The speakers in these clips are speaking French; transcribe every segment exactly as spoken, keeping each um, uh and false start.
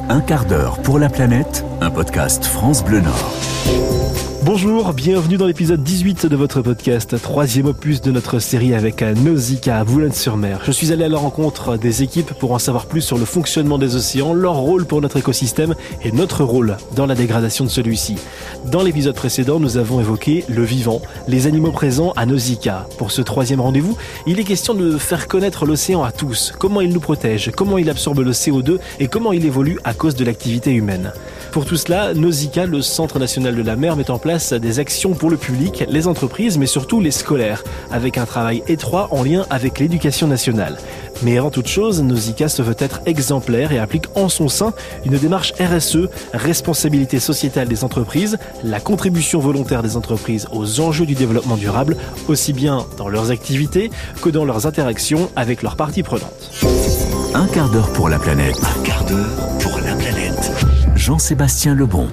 Un quart d'heure pour la planète, un podcast France Bleu Nord. Bonjour, bienvenue dans l'épisode dix-huit de votre podcast, troisième opus de notre série avec Nausicaa à Boulogne-sur-Mer. Je suis allé à la rencontre des équipes pour en savoir plus sur le fonctionnement des océans, leur rôle pour notre écosystème et notre rôle dans la dégradation de celui-ci. Dans l'épisode précédent, nous avons évoqué le vivant, les animaux présents à Nausicaa. Pour ce troisième rendez-vous, il est question de faire connaître l'océan à tous, comment il nous protège, comment il absorbe le C O deux et comment il évolue à cause de l'activité humaine. Pour tout cela, Nausicaa, le Centre national de la mer, met en place des actions pour le public, les entreprises, mais surtout les scolaires, avec un travail étroit en lien avec l'éducation nationale. Mais avant toute chose, Nausicaa se veut être exemplaire et applique en son sein une démarche R S E, responsabilité sociétale des entreprises, la contribution volontaire des entreprises aux enjeux du développement durable, aussi bien dans leurs activités que dans leurs interactions avec leurs parties prenantes. Un quart d'heure pour la planète. Un quart d'heure pour la planète. Jean-Sébastien Lebon.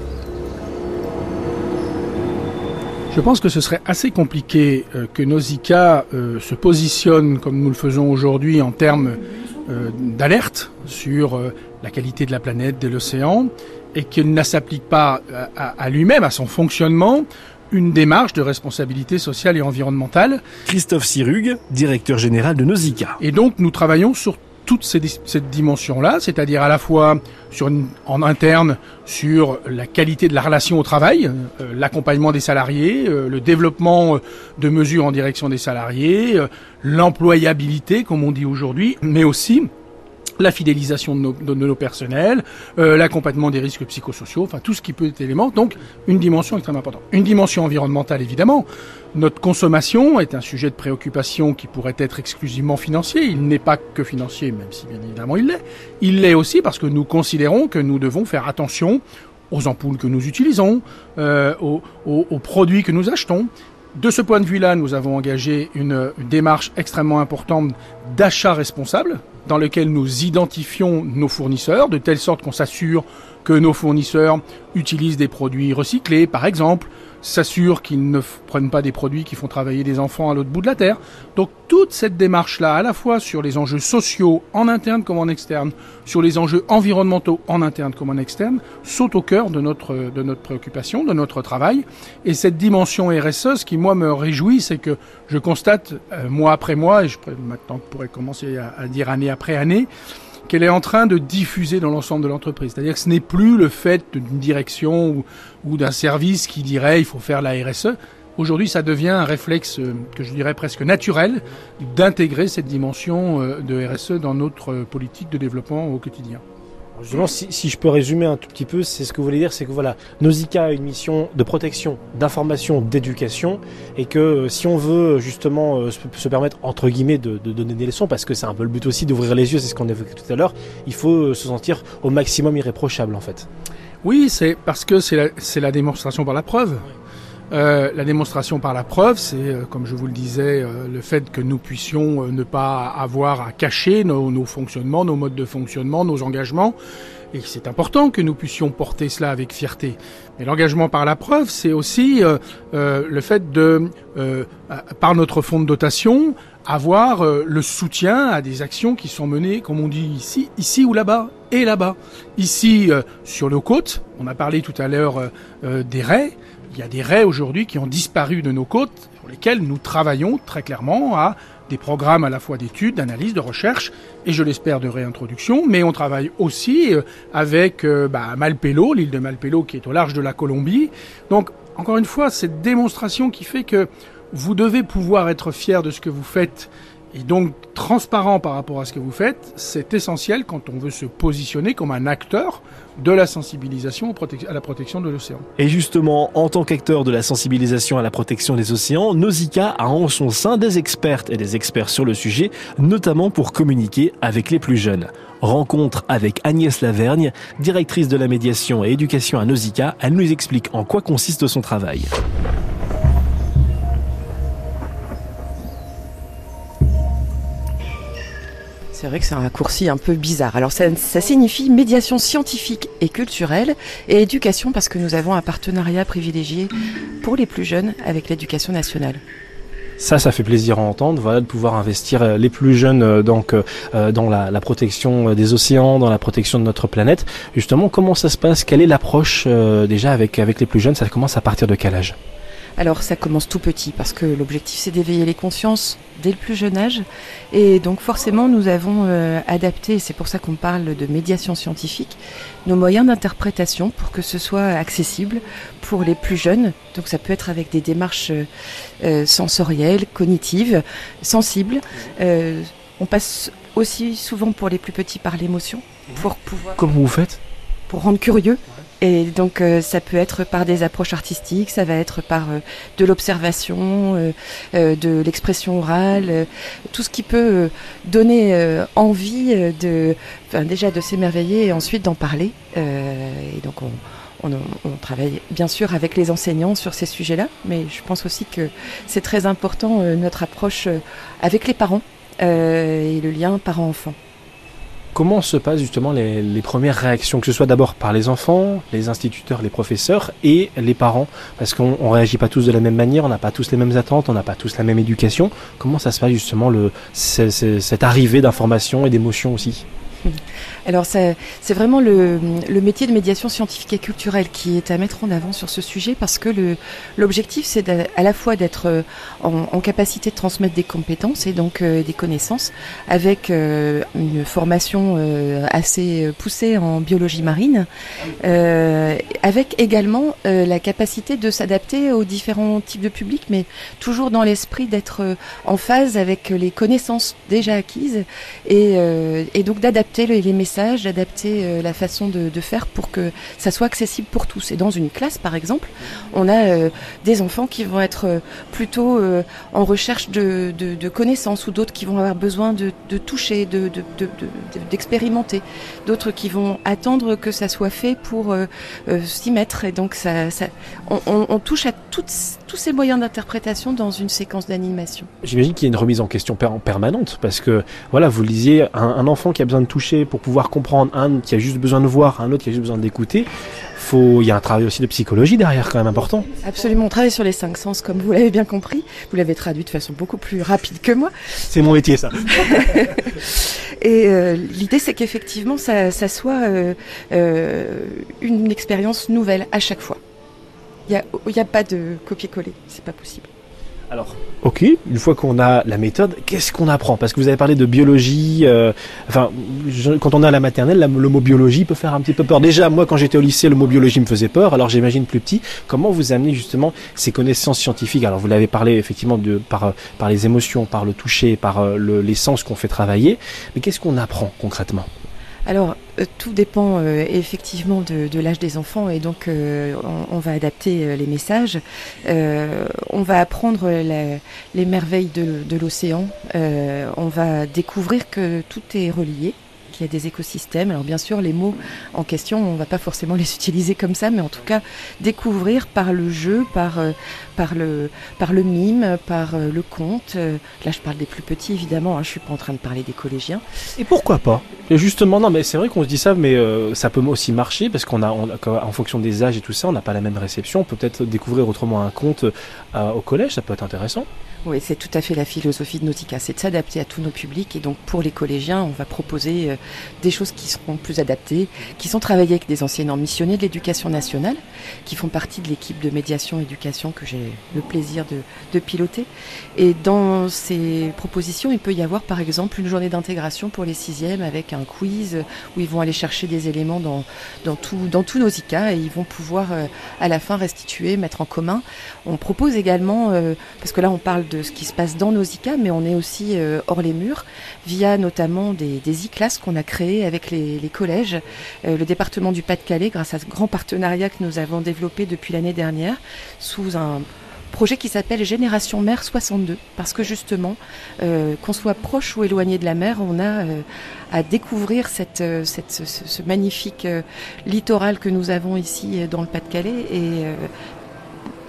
Je pense que ce serait assez compliqué euh, que Nausicaa euh, se positionne comme nous le faisons aujourd'hui en termes euh, d'alerte sur euh, la qualité de la planète, de l'océan, et qu'il ne s'applique pas à, à lui-même, à son fonctionnement, une démarche de responsabilité sociale et environnementale. Christophe Sirugue, directeur général de Nausicaa. Et donc nous travaillons sur toute ces, cette dimension-là, c'est-à-dire à la fois sur une, en interne sur la qualité de la relation au travail, euh, l'accompagnement des salariés, euh, le développement de mesures en direction des salariés, euh, l'employabilité, comme on dit aujourd'hui, mais aussi la fidélisation de nos, de nos personnels, euh, l'accompagnement des risques psychosociaux, enfin tout ce qui peut être élément. Donc une dimension extrêmement importante. Une dimension environnementale, évidemment. Notre consommation est un sujet de préoccupation qui pourrait être exclusivement financier. Il n'est pas que financier, même si bien évidemment il l'est. Il l'est aussi parce que nous considérons que nous devons faire attention aux ampoules que nous utilisons, euh, aux, aux, aux produits que nous achetons. De ce point de vue-là, nous avons engagé une, une démarche extrêmement importante d'achat responsable, dans lequel nous identifions nos fournisseurs, de telle sorte qu'on s'assure que nos fournisseurs utilisent des produits recyclés, par exemple, s'assure qu'ils ne f- prennent pas des produits qui font travailler des enfants à l'autre bout de la Terre. Donc toute cette démarche-là, à la fois sur les enjeux sociaux en interne comme en externe, sur les enjeux environnementaux en interne comme en externe, saute au cœur de notre, de notre préoccupation, de notre travail. Et cette dimension R S E, ce qui moi me réjouit, c'est que je constate, euh, mois après mois, et je maintenant pourrais commencer à, à dire année après année, qu'elle est en train de diffuser dans l'ensemble de l'entreprise. C'est-à-dire que ce n'est plus le fait d'une direction ou, ou d'un service qui dirait il faut faire la R S E. Aujourd'hui, ça devient un réflexe euh, que je dirais presque naturel d'intégrer cette dimension euh, de R S E dans notre euh, politique de développement au quotidien. Justement, si, si je peux résumer un tout petit peu, c'est ce que vous voulez dire, c'est que voilà, Nausicaa a une mission de protection, d'information, d'éducation, et que euh, si on veut justement euh, se, se permettre entre guillemets de, de donner des leçons, parce que c'est un peu le but aussi d'ouvrir les yeux, c'est ce qu'on évoquait tout à l'heure, il faut euh, se sentir au maximum irréprochable en fait. Oui, c'est parce que c'est la, c'est la démonstration par la preuve. Euh, la démonstration par la preuve, c'est, euh, comme je vous le disais, euh, le fait que nous puissions euh, ne pas avoir à cacher nos, nos fonctionnements, nos modes de fonctionnement, nos engagements. Et c'est important que nous puissions porter cela avec fierté. Mais l'engagement par la preuve, c'est aussi euh, euh, le fait de, euh, par notre fonds de dotation, avoir euh, le soutien à des actions qui sont menées, comme on dit ici, ici ou là-bas, et là-bas. Ici, euh, sur nos côtes, on a parlé tout à l'heure euh, euh, des raies. Il y a des raies aujourd'hui qui ont disparu de nos côtes, pour lesquelles nous travaillons très clairement à des programmes à la fois d'études, d'analyse, de recherche, et je l'espère de réintroduction, mais on travaille aussi avec euh, bah, Malpelo, l'île de Malpelo qui est au large de la Colombie. Donc, encore une fois, cette démonstration qui fait que vous devez pouvoir être fier de ce que vous faites, et donc transparent par rapport à ce que vous faites, c'est essentiel quand on veut se positionner comme un acteur de la sensibilisation à la protection de l'océan. Et justement, en tant qu'acteur de la sensibilisation à la protection des océans, Nausicaa a en son sein des expertes et des experts sur le sujet, notamment pour communiquer avec les plus jeunes. Rencontre avec Agnès Lavergne, directrice de la médiation et éducation à Nausicaa. Elle nous explique en quoi consiste son travail. C'est vrai que c'est un raccourci un peu bizarre. Alors ça, ça signifie médiation scientifique et culturelle et éducation parce que nous avons un partenariat privilégié pour les plus jeunes avec l'éducation nationale. Ça, ça fait plaisir à entendre, voilà, de pouvoir investir les plus jeunes euh, donc euh, dans la, la protection des océans, dans la protection de notre planète. Justement, comment ça se passe? Quelle est l'approche euh, déjà avec avec les plus jeunes? Ça commence à partir de quel âge? Alors ça commence tout petit parce que l'objectif c'est d'éveiller les consciences dès le plus jeune âge et donc forcément nous avons euh, adapté, c'est pour ça qu'on parle de médiation scientifique, nos moyens d'interprétation pour que ce soit accessible pour les plus jeunes. Donc ça peut être avec des démarches euh, sensorielles, cognitives, sensibles. Euh, on passe aussi souvent pour les plus petits par l'émotion pour pouvoir... Comment vous faites? Pour rendre curieux. Et donc euh, ça peut être par des approches artistiques, ça va être par euh, de l'observation, euh, euh, de l'expression orale, euh, tout ce qui peut euh, donner euh, envie euh, de, enfin, déjà de s'émerveiller et ensuite d'en parler. Euh, et donc on, on, on travaille bien sûr avec les enseignants sur ces sujets-là, mais je pense aussi que c'est très important euh, notre approche euh, avec les parents euh, et le lien parent-enfant. Comment se passent justement les, les premières réactions, que ce soit d'abord par les enfants, les instituteurs, les professeurs et les parents? Parce qu'on ne réagit pas tous de la même manière, on n'a pas tous les mêmes attentes, on n'a pas tous la même éducation. Comment ça se passe justement le, c'est, c'est, cette arrivée d'informations et d'émotions aussi? Alors ça, c'est vraiment le, le métier de médiation scientifique et culturelle qui est à mettre en avant sur ce sujet parce que le, l'objectif c'est à la fois d'être en, en capacité de transmettre des compétences et donc euh, des connaissances avec euh, une formation euh, assez poussée en biologie marine, euh, avec également euh, la capacité de s'adapter aux différents types de publics, mais toujours dans l'esprit d'être en phase avec les connaissances déjà acquises et, euh, et donc d'adapter les, les messages, d'adapter euh, la façon de, de faire pour que ça soit accessible pour tous. Et dans une classe, par exemple, on a euh, des enfants qui vont être euh, plutôt euh, en recherche de, de, de connaissances ou d'autres qui vont avoir besoin de, de toucher, de, de, de, de, d'expérimenter. D'autres qui vont attendre que ça soit fait pour euh, euh, s'y mettre. Et donc, ça, ça, on, on, on touche à toutes, tous ces moyens d'interprétation dans une séquence d'animation. J'imagine qu'il y a une remise en question per- permanente parce que, voilà, vous le disiez, un, un enfant qui a besoin de toucher pour pouvoir comprendre, un qui a juste besoin de voir, un autre qui a juste besoin d'écouter. Faut, il y a un travail aussi de psychologie derrière quand même important. Absolument, on travaille sur les cinq sens comme vous l'avez bien compris. Vous l'avez traduit de façon beaucoup plus rapide que moi. C'est mon métier ça. Et euh, l'idée c'est qu'effectivement ça, ça soit euh, euh, une expérience nouvelle à chaque fois. Il n'y a, a pas de copier-coller, c'est pas possible. Alors, ok, une fois qu'on a la méthode, qu'est-ce qu'on apprend? Parce que vous avez parlé de biologie, euh, enfin, je, quand on est à la maternelle, la, le mot biologie peut faire un petit peu peur. Déjà, moi, quand j'étais au lycée, le mot biologie me faisait peur, alors j'imagine plus petit. Comment vous amenez justement ces connaissances scientifiques? Alors, vous l'avez parlé effectivement de, par, par les émotions, par le toucher, par le, les sens qu'on fait travailler, mais qu'est-ce qu'on apprend concrètement? Alors, euh, tout dépend euh, effectivement de, de l'âge des enfants et donc euh, on, on va adapter euh, les messages. Euh, on va apprendre la, les merveilles de, de l'océan. Euh, on va découvrir que tout est relié, qu'il y a des écosystèmes. Alors bien sûr, les mots en question, on ne va pas forcément les utiliser comme ça, mais en tout cas, découvrir par le jeu, par, euh, par, le, par le mime, par euh, le conte. Euh, là, je parle des plus petits, évidemment, hein, je ne suis pas en train de parler des collégiens. Et pourquoi pas? Et justement, non, mais c'est vrai qu'on se dit ça, mais euh, ça peut aussi marcher, parce qu'on a, on a, en fonction des âges et tout ça, on n'a pas la même réception. On peut peut-être découvrir autrement un conte euh, au collège, ça peut être intéressant. Oui, c'est tout à fait la philosophie de Nautica, c'est de s'adapter à tous nos publics. Et donc pour les collégiens, on va proposer euh, des choses qui seront plus adaptées, qui sont travaillées avec des enseignants missionnés de l'éducation nationale, qui font partie de l'équipe de médiation éducation que j'ai le plaisir de, de piloter. Et dans ces propositions, il peut y avoir par exemple une journée d'intégration pour les sixièmes avec un quiz où ils vont aller chercher des éléments dans, dans, tout, dans tout Nautica et ils vont pouvoir euh, à la fin restituer, mettre en commun. On propose également, euh, parce que là on parle de de ce qui se passe dans Nausicaa, mais on est aussi euh, hors les murs, via notamment des, des e-classes qu'on a créées avec les, les collèges, euh, le département du Pas-de-Calais, grâce à ce grand partenariat que nous avons développé depuis l'année dernière, sous un projet qui s'appelle Génération Mer soixante-deux, parce que justement, euh, qu'on soit proche ou éloigné de la mer, on a euh, à découvrir cette, euh, cette, ce, ce magnifique euh, littoral que nous avons ici euh, dans le Pas-de-Calais et euh,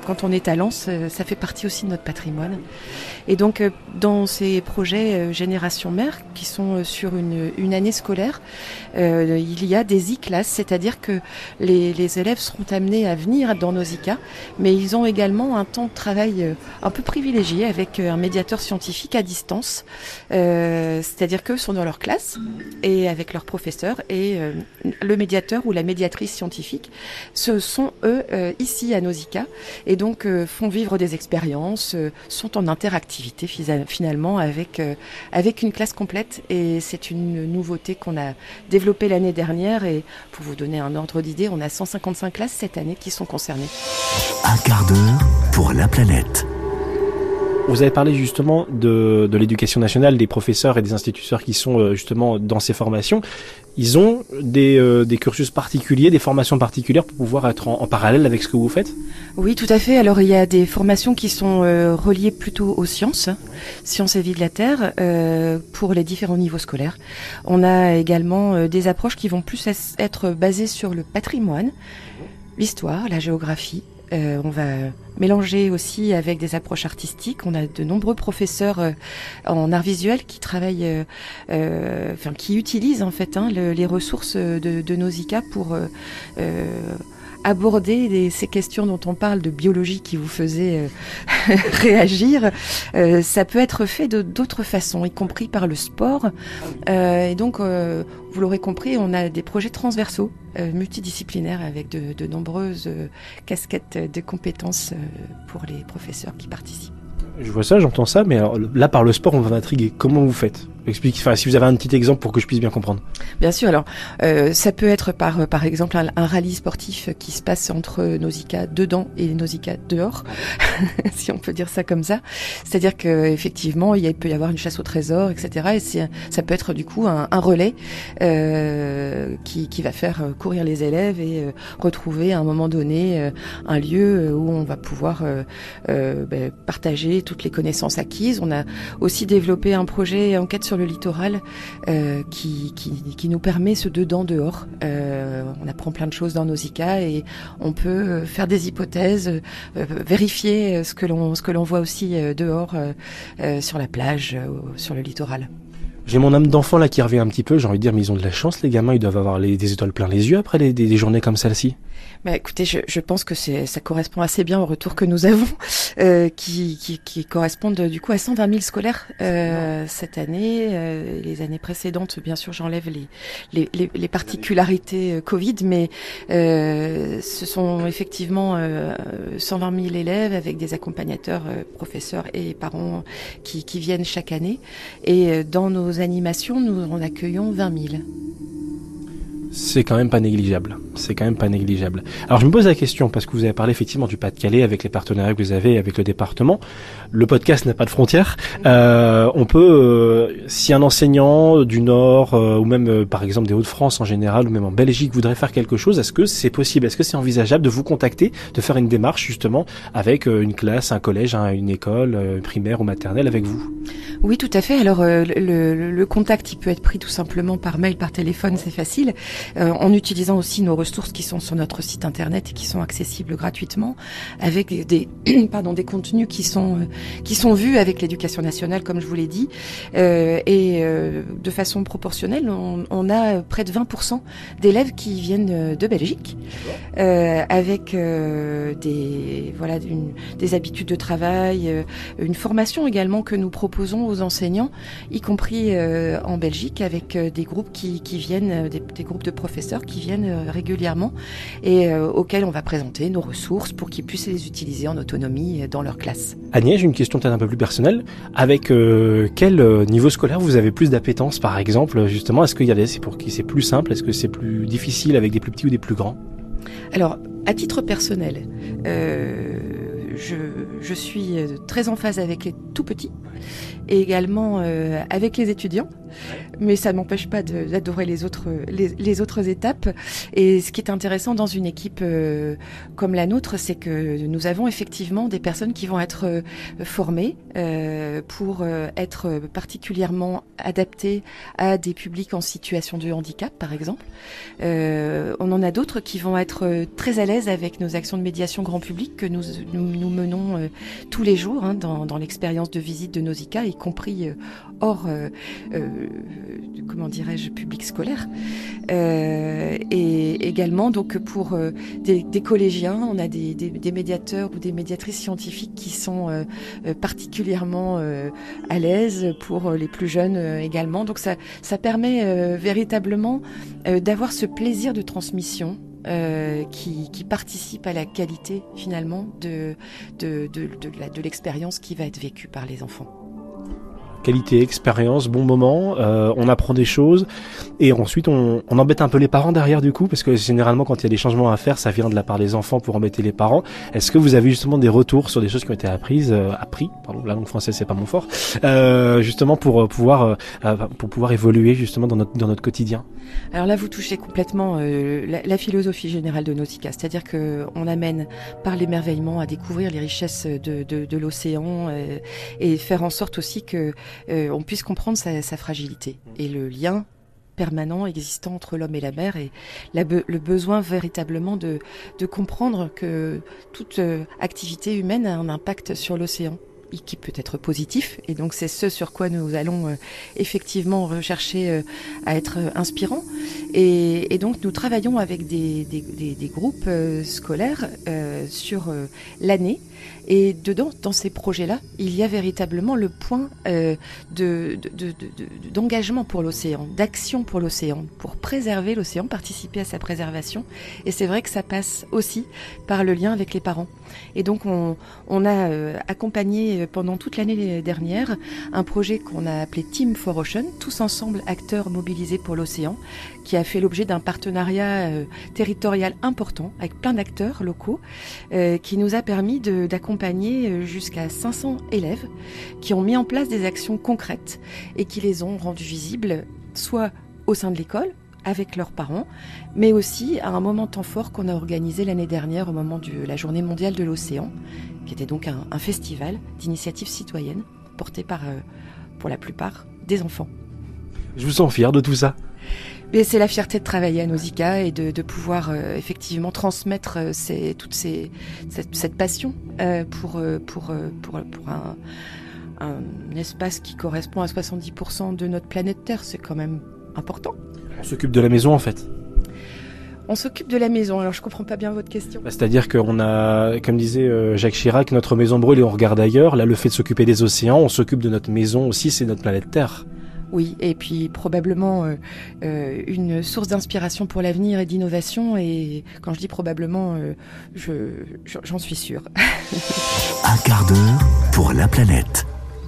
quand on est à Lens, euh, ça fait partie aussi de notre patrimoine. Et donc, euh, dans ces projets euh, Génération Mère, qui sont euh, sur une, une année scolaire, euh, il y a des e-classes, c'est-à-dire que les, les élèves seront amenés à venir dans nos I C A, mais ils ont également un temps de travail euh, un peu privilégié avec euh, un médiateur scientifique à distance, euh, c'est-à-dire qu'eux sont dans leur classe et avec leurs professeurs, et euh, le médiateur ou la médiatrice scientifique, ce sont eux euh, ici à nos I C A, et donc euh, font vivre des expériences, euh, sont en interactivité finalement avec, euh, avec une classe complète, et c'est une nouveauté qu'on a développée l'année dernière, et pour vous donner un ordre d'idée, on a cent cinquante-cinq classes cette année qui sont concernées. Un quart d'heure pour la planète. Vous avez parlé justement de, de l'éducation nationale, des professeurs et des instituteurs qui sont euh, justement dans ces formations. Ils ont des, euh, des cursus particuliers, des formations particulières pour pouvoir être en, en parallèle avec ce que vous faites ? Oui, tout à fait. Alors, il y a des formations qui sont euh, reliées plutôt aux sciences, sciences et vie de la Terre, euh, pour les différents niveaux scolaires. On a également euh, des approches qui vont plus être basées sur le patrimoine, l'histoire, la géographie. Euh, on va mélanger aussi avec des approches artistiques. On a de nombreux professeurs euh, en art visuel qui travaillent, euh, euh, enfin qui utilisent en fait hein, le, les ressources de, de nos I C A pour euh, euh, aborder les, ces questions dont on parle de biologie qui vous faisaient euh, réagir. Euh, ça peut être fait de d'autres façons, y compris par le sport. Euh, et donc, euh, vous l'aurez compris, on a des projets transversaux, euh, multidisciplinaires, avec de, de nombreuses euh, casquettes de compétences euh, pour les professeurs qui participent. Je vois ça, j'entends ça, mais alors, là, par le sport, on va m'intriguer. Comment vous faites ? Explique, enfin, si vous avez un petit exemple pour que je puisse bien comprendre. Bien sûr, alors euh, ça peut être par par exemple un, un rallye sportif qui se passe entre nos I C A dedans et nos I C A dehors, si on peut dire ça comme ça. C'est-à-dire que effectivement, il, y a, il peut y avoir une chasse au trésor, et cetera. Et c'est, ça peut être du coup un, un relais euh, qui qui va faire courir les élèves et euh, retrouver à un moment donné euh, un lieu où on va pouvoir euh, euh, ben, partager toutes les connaissances acquises. On a aussi développé un projet enquête sur le littoral euh, qui, qui, qui nous permet ce dedans-dehors. Euh, on apprend plein de choses dans nos I C A et on peut faire des hypothèses, euh, vérifier ce que l'on, ce que l'on voit aussi euh, dehors, euh, euh, sur la plage, euh, sur le littoral. J'ai mon âme d'enfant là qui revient un petit peu, j'ai envie de dire, mais ils ont de la chance, les gamins, ils doivent avoir les, des étoiles plein les yeux après les, des, des journées comme celle-ci. Bah, écoutez, je, je pense que c'est, ça correspond assez bien au retour que nous avons, euh, qui, qui, qui correspondent du coup à cent vingt mille scolaires euh, cette année. Euh, les années précédentes, bien sûr, j'enlève les, les, les, les particularités euh, Covid, mais euh, ce sont effectivement euh, cent vingt mille élèves avec des accompagnateurs, euh, professeurs et parents qui, qui viennent chaque année. Et euh, dans nos animations, nous en accueillons vingt mille. C'est quand même pas négligeable. C'est quand même pas négligeable. Alors je me pose la question, parce que vous avez parlé effectivement du Pas-de-Calais avec les partenariats que vous avez avec le département. Le podcast n'a pas de frontières. Euh, on peut, euh, si un enseignant du Nord, euh, ou même euh, par exemple des Hauts-de-France en général, ou même en Belgique, voudrait faire quelque chose, est-ce que c'est possible ? Est-ce que c'est envisageable de vous contacter, de faire une démarche justement avec euh, une classe, un collège, hein, une école euh, primaire ou maternelle avec vous ? Oui, tout à fait. Alors euh, le, le, le contact, il peut être pris tout simplement par mail, par téléphone, c'est facile. Euh, en utilisant aussi nos ressources qui sont sur notre site internet et qui sont accessibles gratuitement, avec des pardon des contenus qui sont euh, qui sont vus avec l'éducation nationale, comme je vous l'ai dit, euh, et euh, de façon proportionnelle, on, on a près de vingt pour cent d'élèves qui viennent de Belgique, euh, avec euh, des voilà une, des habitudes de travail, euh, une formation également que nous proposons aux enseignants, y compris euh, en Belgique, avec euh, des groupes qui qui viennent des, des groupes de professeurs qui viennent euh, régulièrement et euh, auxquels on va présenter nos ressources pour qu'ils puissent les utiliser en autonomie euh, dans leur classe. Agnès, j'ai une question peut-être un peu plus personnelle. Avec euh, quel euh, niveau scolaire vous avez plus d'appétence, par exemple, justement ? Est-ce qu'il y a des, c'est pour qui c'est plus simple ? Est-ce que c'est plus difficile avec des plus petits ou des plus grands ? Alors, à titre personnel, euh, je, je suis très en phase avec les tout petits et également euh, avec les étudiants. mais ça m'empêche pas de, d'adorer les autres, les, les autres étapes. Et ce qui est intéressant dans une équipe euh, comme la nôtre, c'est que nous avons effectivement des personnes qui vont être euh, formées euh, pour euh, être particulièrement adaptées à des publics en situation de handicap, par exemple. Euh, on en a d'autres qui vont être très à l'aise avec nos actions de médiation grand public que nous, nous, nous menons euh, tous les jours hein, dans, dans l'expérience de visite de Nausicaa, y compris euh, hors, euh, euh, comment dirais-je, public scolaire. Euh, et également, donc, pour euh, des, des collégiens, on a des, des, des médiateurs ou des médiatrices scientifiques qui sont euh, particulièrement euh, à l'aise, pour les plus jeunes euh, également. Donc ça, ça permet euh, véritablement euh, d'avoir ce plaisir de transmission Euh, qui, qui participe à la qualité finalement de, de, de, de, la, de l'expérience qui va être vécue par les enfants. Qualité, expérience, bon moment, euh, on apprend des choses et ensuite on, on embête un peu les parents derrière du coup, parce que généralement quand il y a des changements à faire, ça vient de la part des enfants pour embêter les parents. Est-ce que vous avez justement des retours sur des choses qui ont été apprises, euh, appris, pardon, la langue française c'est pas mon fort, euh, justement pour euh, pouvoir euh, pour pouvoir évoluer justement dans notre dans notre quotidien? Alors là, vous touchez complètement euh, la, la philosophie générale de Nausicaa, c'est-à-dire que on amène par l'émerveillement à découvrir les richesses de, de, de l'océan euh, et faire en sorte aussi que euh, on puisse comprendre sa, sa fragilité et le lien permanent existant entre l'homme et la mer et la be- le besoin véritablement de, de comprendre que toute euh, activité humaine a un impact sur l'océan qui peut être positif, et donc c'est ce sur quoi nous allons euh, effectivement rechercher euh, à être euh, inspirants. Et, et donc nous travaillons avec des, des, des, des groupes euh, scolaires euh, sur euh, l'année. Et dedans, dans ces projets-là, il y a véritablement le point euh, de, de, de, de, d'engagement pour l'océan, d'action pour l'océan, pour préserver l'océan, participer à sa préservation. Et c'est vrai que ça passe aussi par le lien avec les parents. Et donc on, on a euh, accompagné pendant toute l'année dernière un projet qu'on a appelé Team for Ocean, tous ensemble acteurs mobilisés pour l'océan, qui a fait l'objet d'un partenariat euh, territorial important avec plein d'acteurs locaux, euh, qui nous a permis de, d'accompagner jusqu'à cinq cents élèves qui ont mis en place des actions concrètes et qui les ont rendues visibles, soit au sein de l'école, avec leurs parents, mais aussi à un moment temps fort qu'on a organisé l'année dernière au moment de la Journée mondiale de l'océan, qui était donc un, un festival d'initiatives citoyennes porté par, euh, pour la plupart, des enfants. Je vous sens fier de tout ça. Mais c'est la fierté de travailler à Nausicaa et de, de pouvoir euh, effectivement transmettre euh, ces, toute ces, cette, cette passion euh, pour, euh, pour, euh, pour, pour un, un espace qui correspond à soixante-dix pour cent de notre planète Terre. C'est quand même important. On s'occupe de la maison en fait. On s'occupe de la maison, alors je comprends pas bien votre question. Bah, c'est-à-dire qu'on a, comme disait euh, Jacques Chirac, notre maison brûle et on regarde ailleurs. Là, le fait de s'occuper des océans, on s'occupe de notre maison aussi, c'est notre planète Terre. Oui, et puis probablement euh, euh, une source d'inspiration pour l'avenir et d'innovation. Et quand je dis probablement, euh, je, j'en suis sûre. Un quart d'heure pour la planète.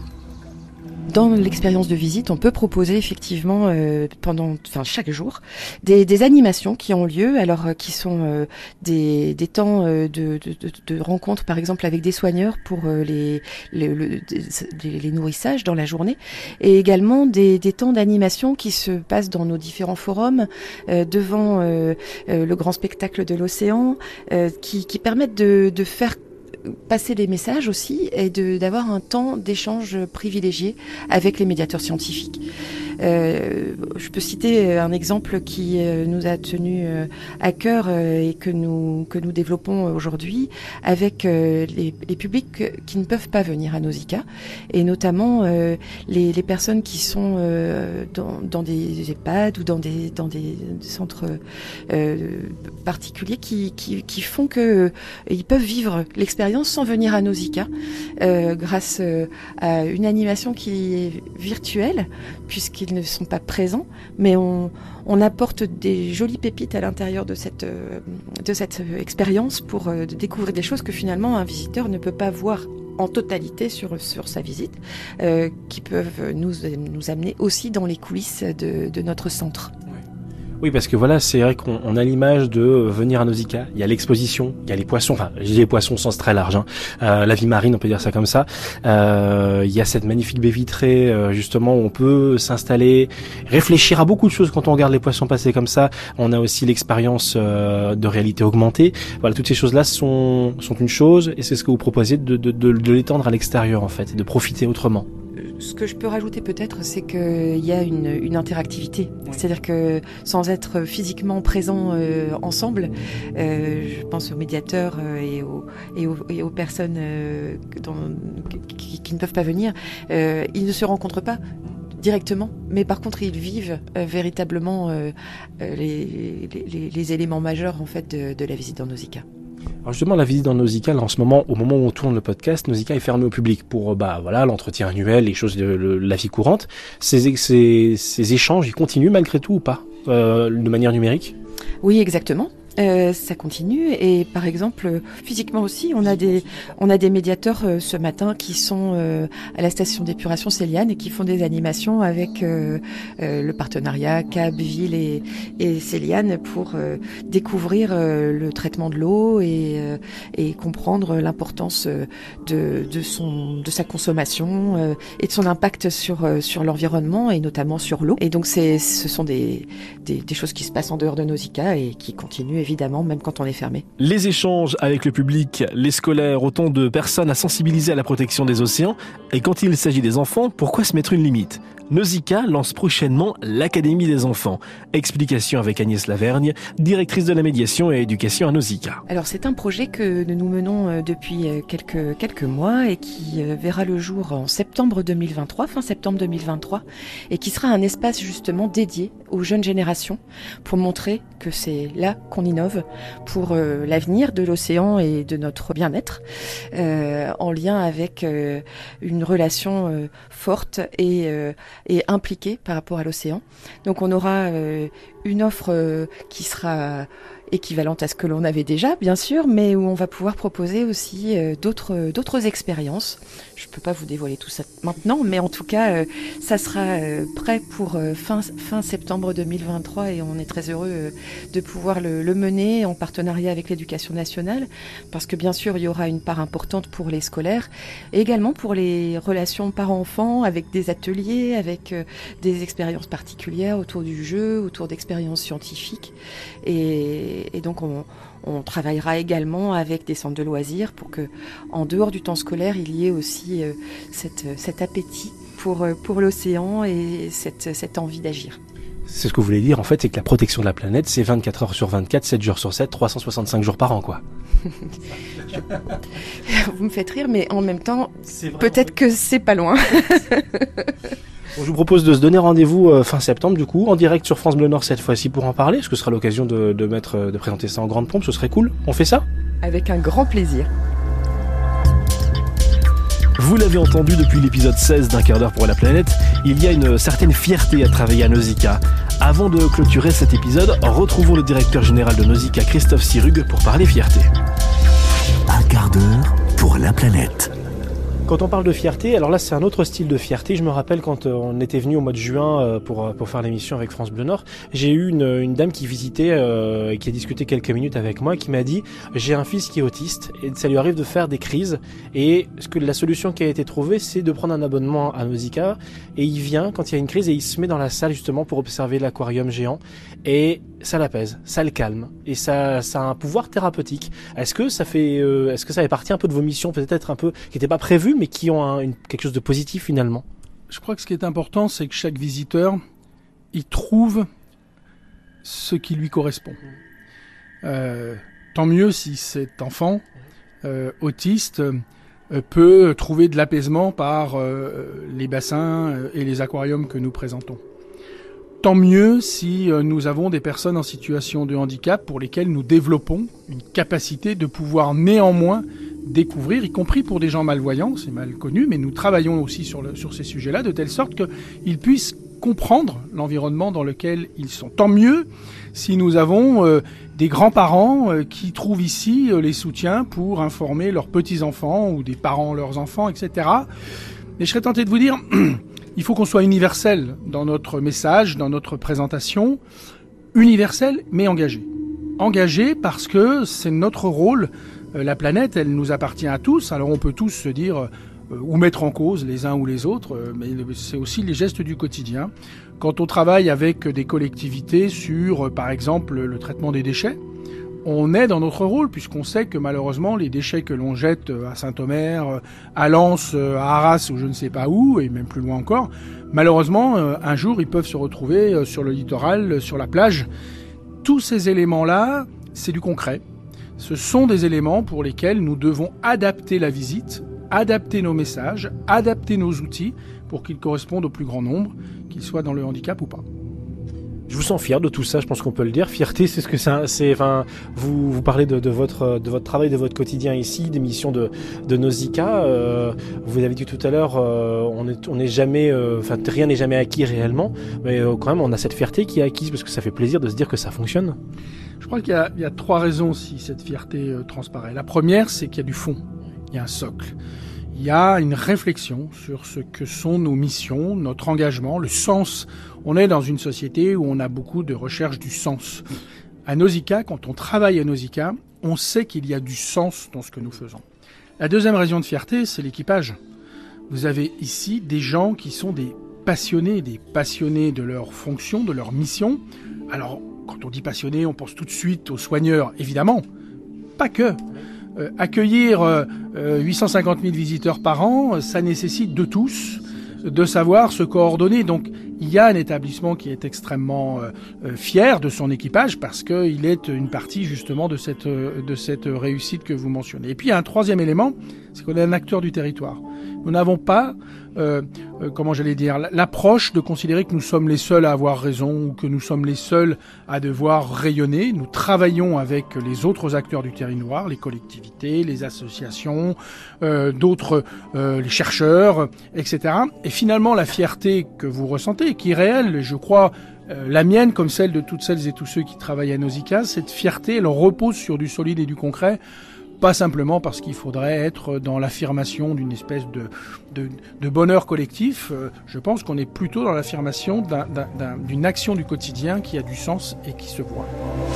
Dans l'expérience de visite, on peut proposer effectivement euh, pendant, enfin chaque jour, des, des animations qui ont lieu, alors euh, qui sont euh, des, des temps euh, de, de, de, de rencontres, par exemple avec des soigneurs pour euh, les, les, le, les, les nourrissages dans la journée, et également des, des temps d'animation qui se passent dans nos différents forums, euh, devant euh, euh, le grand spectacle de l'océan, euh, qui, qui permettent de, de faire passer des messages aussi et de, d'avoir un temps d'échange privilégié avec les médiateurs scientifiques. Euh, je peux citer un exemple qui euh, nous a tenu euh, à cœur euh, et que nous que nous développons aujourd'hui avec euh, les, les publics qui ne peuvent pas venir à Nausicaa, et notamment euh, les, les personnes qui sont euh, dans, dans des EHPAD ou dans des dans des centres euh, particuliers qui, qui qui font que euh, ils peuvent vivre l'expérience sans venir à Nausicaa euh, grâce euh, à une animation qui est virtuelle, puisqu'ils ne sont pas présents, mais on, on apporte des jolies pépites à l'intérieur de cette, euh, de cette expérience pour euh, découvrir des choses que finalement un visiteur ne peut pas voir en totalité sur, sur sa visite, euh, qui peuvent nous, nous amener aussi dans les coulisses de, de notre centre. Oui, parce que voilà, c'est vrai qu'on on a l'image de euh, venir à Nausicaa, il y a l'exposition, il y a les poissons, enfin, je dis les poissons au sens très large, hein. euh, la vie marine, on peut dire ça comme ça. Euh, il y a cette magnifique baie vitrée, euh, justement, où on peut s'installer, réfléchir à beaucoup de choses quand on regarde les poissons passer comme ça. On a aussi l'expérience euh, de réalité augmentée. Voilà, toutes ces choses-là sont, sont une chose, et c'est ce que vous proposez de, de, de, de l'étendre à l'extérieur, en fait, et de profiter autrement. Ce que je peux rajouter peut-être, c'est qu'il y a une, une interactivité. Oui. C'est-à-dire que sans être physiquement présents euh, ensemble, euh, je pense aux médiateurs euh, et, aux, et, aux, et aux personnes euh, dans, qui, qui ne peuvent pas venir, euh, ils ne se rencontrent pas directement, mais par contre ils vivent euh, véritablement euh, les, les, les éléments majeurs en fait de, de la visite dans Nausicaa. Alors justement, la visite dans Nausicaa, là, en ce moment, au moment où on tourne le podcast, Nausicaa est fermée au public pour bah voilà l'entretien annuel, les choses de, de la vie courante. Ces, ces, ces échanges, ils continuent malgré tout ou pas, euh, de manière numérique ? Oui, exactement. Euh, ça continue et par exemple physiquement aussi on a des on a des médiateurs euh, ce matin qui sont euh, à la station d'épuration Céliane et qui font des animations avec euh, euh, le partenariat C A B, Ville et, et Céliane pour euh, découvrir euh, le traitement de l'eau et, euh, et comprendre l'importance de, de son de sa consommation euh, et de son impact sur euh, sur l'environnement et notamment sur l'eau. Et donc c'est ce sont des, des des choses qui se passent en dehors de Nausicaa et qui continuent évidemment, même quand on est fermé. Les échanges avec le public, les scolaires, autant de personnes à sensibiliser à la protection des océans. Et quand il s'agit des enfants, pourquoi se mettre une limite ? Nausicaa lance prochainement l'Académie des enfants. Explication avec Agnès Lavergne, directrice de la médiation et éducation à Nausicaa. Alors c'est un projet que nous menons depuis quelques, quelques mois et qui verra le jour en septembre deux mille vingt-trois, fin septembre deux mille vingt-trois, et qui sera un espace justement dédié aux jeunes générations pour montrer que c'est là qu'on innove pour euh, l'avenir de l'océan et de notre bien-être, euh, en lien avec euh, une relation euh, forte et, euh, et impliquée par rapport à l'océan. Donc on aura euh, une offre euh, qui sera équivalente à ce que l'on avait déjà, bien sûr, mais où on va pouvoir proposer aussi euh, d'autres d'autres expériences. Je peux pas vous dévoiler tout ça maintenant, mais en tout cas, euh, ça sera euh, prêt pour euh, fin fin septembre deux mille vingt-trois et on est très heureux euh, de pouvoir le, le mener en partenariat avec l'Éducation nationale, parce que bien sûr, il y aura une part importante pour les scolaires et également pour les relations parents-enfants, avec des ateliers, avec euh, des expériences particulières autour du jeu, autour d'expériences scientifiques et Et donc on, on travaillera également avec des centres de loisirs pour que, en dehors du temps scolaire, il y ait aussi euh, cette, cet appétit pour, pour l'océan et cette, cette envie d'agir. C'est ce que vous voulez dire, en fait, c'est que la protection de la planète, c'est vingt-quatre heures sur vingt-quatre, sept jours sur sept, trois cent soixante-cinq jours par an, quoi. Je... Vous me faites rire, mais en même temps, peut-être que c'est pas loin. Bon, je vous propose de se donner rendez-vous euh, fin septembre, du coup, en direct sur France Bleu Nord cette fois-ci pour en parler, parce que ce sera l'occasion de, de, mettre, de présenter ça en grande pompe, ce serait cool. On fait ça ? Avec un grand plaisir. Vous l'avez entendu depuis l'épisode seize d'Un quart d'heure pour la planète, il y a une certaine fierté à travailler à Nausicaa. Avant de clôturer cet épisode, retrouvons le directeur général de Nausicaa, Christophe Sirug, pour parler fierté. Un quart d'heure pour la planète. Quand on parle de fierté, alors là c'est un autre style de fierté. Je me rappelle quand on était venu au mois de juin pour pour faire l'émission avec France Bleu Nord, j'ai eu une, une dame qui visitait euh, et qui a discuté quelques minutes avec moi, qui m'a dit j'ai un fils qui est autiste et ça lui arrive de faire des crises et ce que la solution qui a été trouvée c'est de prendre un abonnement à Nausicaa et il vient quand il y a une crise et il se met dans la salle justement pour observer l'aquarium géant et ça l'apaise, ça le calme et ça ça a un pouvoir thérapeutique. Est-ce que ça fait euh, est-ce que ça fait partie un peu de vos missions, peut-être un peu qui n'étaient pas prévues mais qui ont un, une, quelque chose de positif finalement? Je crois que ce qui est important, c'est que chaque visiteur, il trouve ce qui lui correspond. Euh, tant mieux si cet enfant euh, autiste euh, peut trouver de l'apaisement par euh, les bassins et les aquariums que nous présentons. Tant mieux si euh, nous avons des personnes en situation de handicap pour lesquelles nous développons une capacité de pouvoir néanmoins découvrir, y compris pour des gens malvoyants, c'est mal connu, mais nous travaillons aussi sur, le, sur ces sujets-là, de telle sorte qu'ils puissent comprendre l'environnement dans lequel ils sont. Tant mieux si nous avons euh, des grands-parents euh, qui trouvent ici euh, les soutiens pour informer leurs petits-enfants ou des parents leurs enfants, et cetera. Et je serais tenté de vous dire, il faut qu'on soit universel dans notre message, dans notre présentation. universel mais engagé. Engagé parce que c'est notre rôle. Euh, la planète, elle nous appartient à tous. Alors on peut tous se dire euh, ou mettre en cause les uns ou les autres, euh, mais c'est aussi les gestes du quotidien. Quand on travaille avec des collectivités sur, euh, par exemple, le traitement des déchets, on est dans notre rôle puisqu'on sait que malheureusement les déchets que l'on jette à Saint-Omer, à Lens, à Arras ou je ne sais pas où, et même plus loin encore, malheureusement un jour ils peuvent se retrouver sur le littoral, sur la plage. Tous ces éléments-là, c'est du concret. Ce sont des éléments pour lesquels nous devons adapter la visite, adapter nos messages, adapter nos outils pour qu'ils correspondent au plus grand nombre, qu'ils soient dans le handicap ou pas. Je vous sens fier de tout ça, je pense qu'on peut le dire. Fierté, c'est ce que c'est. c'est enfin, vous vous parlez de, de votre de votre travail, de votre quotidien ici, des missions de de Nausicaa. Euh, vous avez dit tout à l'heure, euh, on est on n'est jamais, enfin euh, rien n'est jamais acquis réellement, mais euh, quand même on a cette fierté qui est acquise parce que ça fait plaisir de se dire que ça fonctionne. Je crois qu'il y a il y a trois raisons si cette fierté euh, transparaît. La première, c'est qu'il y a du fond, il y a un socle. Il y a une réflexion sur ce que sont nos missions, notre engagement, le sens. On est dans une société où on a beaucoup de recherche du sens. À Nausicaa, quand on travaille à Nausicaa, on sait qu'il y a du sens dans ce que nous faisons. La deuxième raison de fierté, c'est l'équipage. Vous avez ici des gens qui sont des passionnés, des passionnés de leur fonction, de leur mission. Alors, quand on dit passionnés, on pense tout de suite aux soigneurs, évidemment. Pas que. Euh, accueillir euh, huit cent cinquante mille visiteurs par an, ça nécessite de tous de savoir se coordonner. Donc il y a un établissement qui est extrêmement euh, euh, fier de son équipage parce qu'il est une partie justement de cette, euh, de cette réussite que vous mentionnez. Et puis il y a un troisième élément, c'est qu'on est un acteur du territoire. Nous n'avons pas, euh, euh, comment j'allais dire, l'approche de considérer que nous sommes les seuls à avoir raison ou que nous sommes les seuls à devoir rayonner. Nous travaillons avec les autres acteurs du territoire, les collectivités, les associations, euh, d'autres, euh, les chercheurs, et cetera. Et finalement, la fierté que vous ressentez, qui est réelle, je crois, euh, la mienne comme celle de toutes celles et tous ceux qui travaillent à Nausicaa, cette fierté, elle repose sur du solide et du concret. Pas simplement parce qu'il faudrait être dans l'affirmation d'une espèce de, de, de bonheur collectif. Euh, je pense qu'on est plutôt dans l'affirmation d'un, d'un, d'une action du quotidien qui a du sens et qui se voit.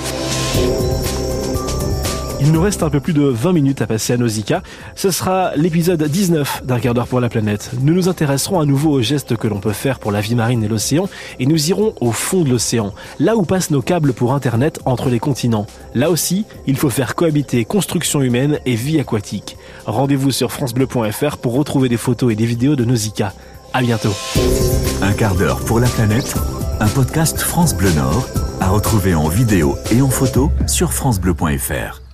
Il nous reste un peu plus de vingt minutes à passer à Nausicaa. Ce sera l'épisode dix-neuf d'Un quart d'heure pour la planète. Nous nous intéresserons à nouveau aux gestes que l'on peut faire pour la vie marine et l'océan, et nous irons au fond de l'océan, là où passent nos câbles pour Internet entre les continents. Là aussi, il faut faire cohabiter construction humaine et vie aquatique. Rendez-vous sur francebleu point f r pour retrouver des photos et des vidéos de Nausicaa. À bientôt. Un quart d'heure pour la planète, un podcast France Bleu Nord, à retrouver en vidéo et en photo sur francebleu point f r.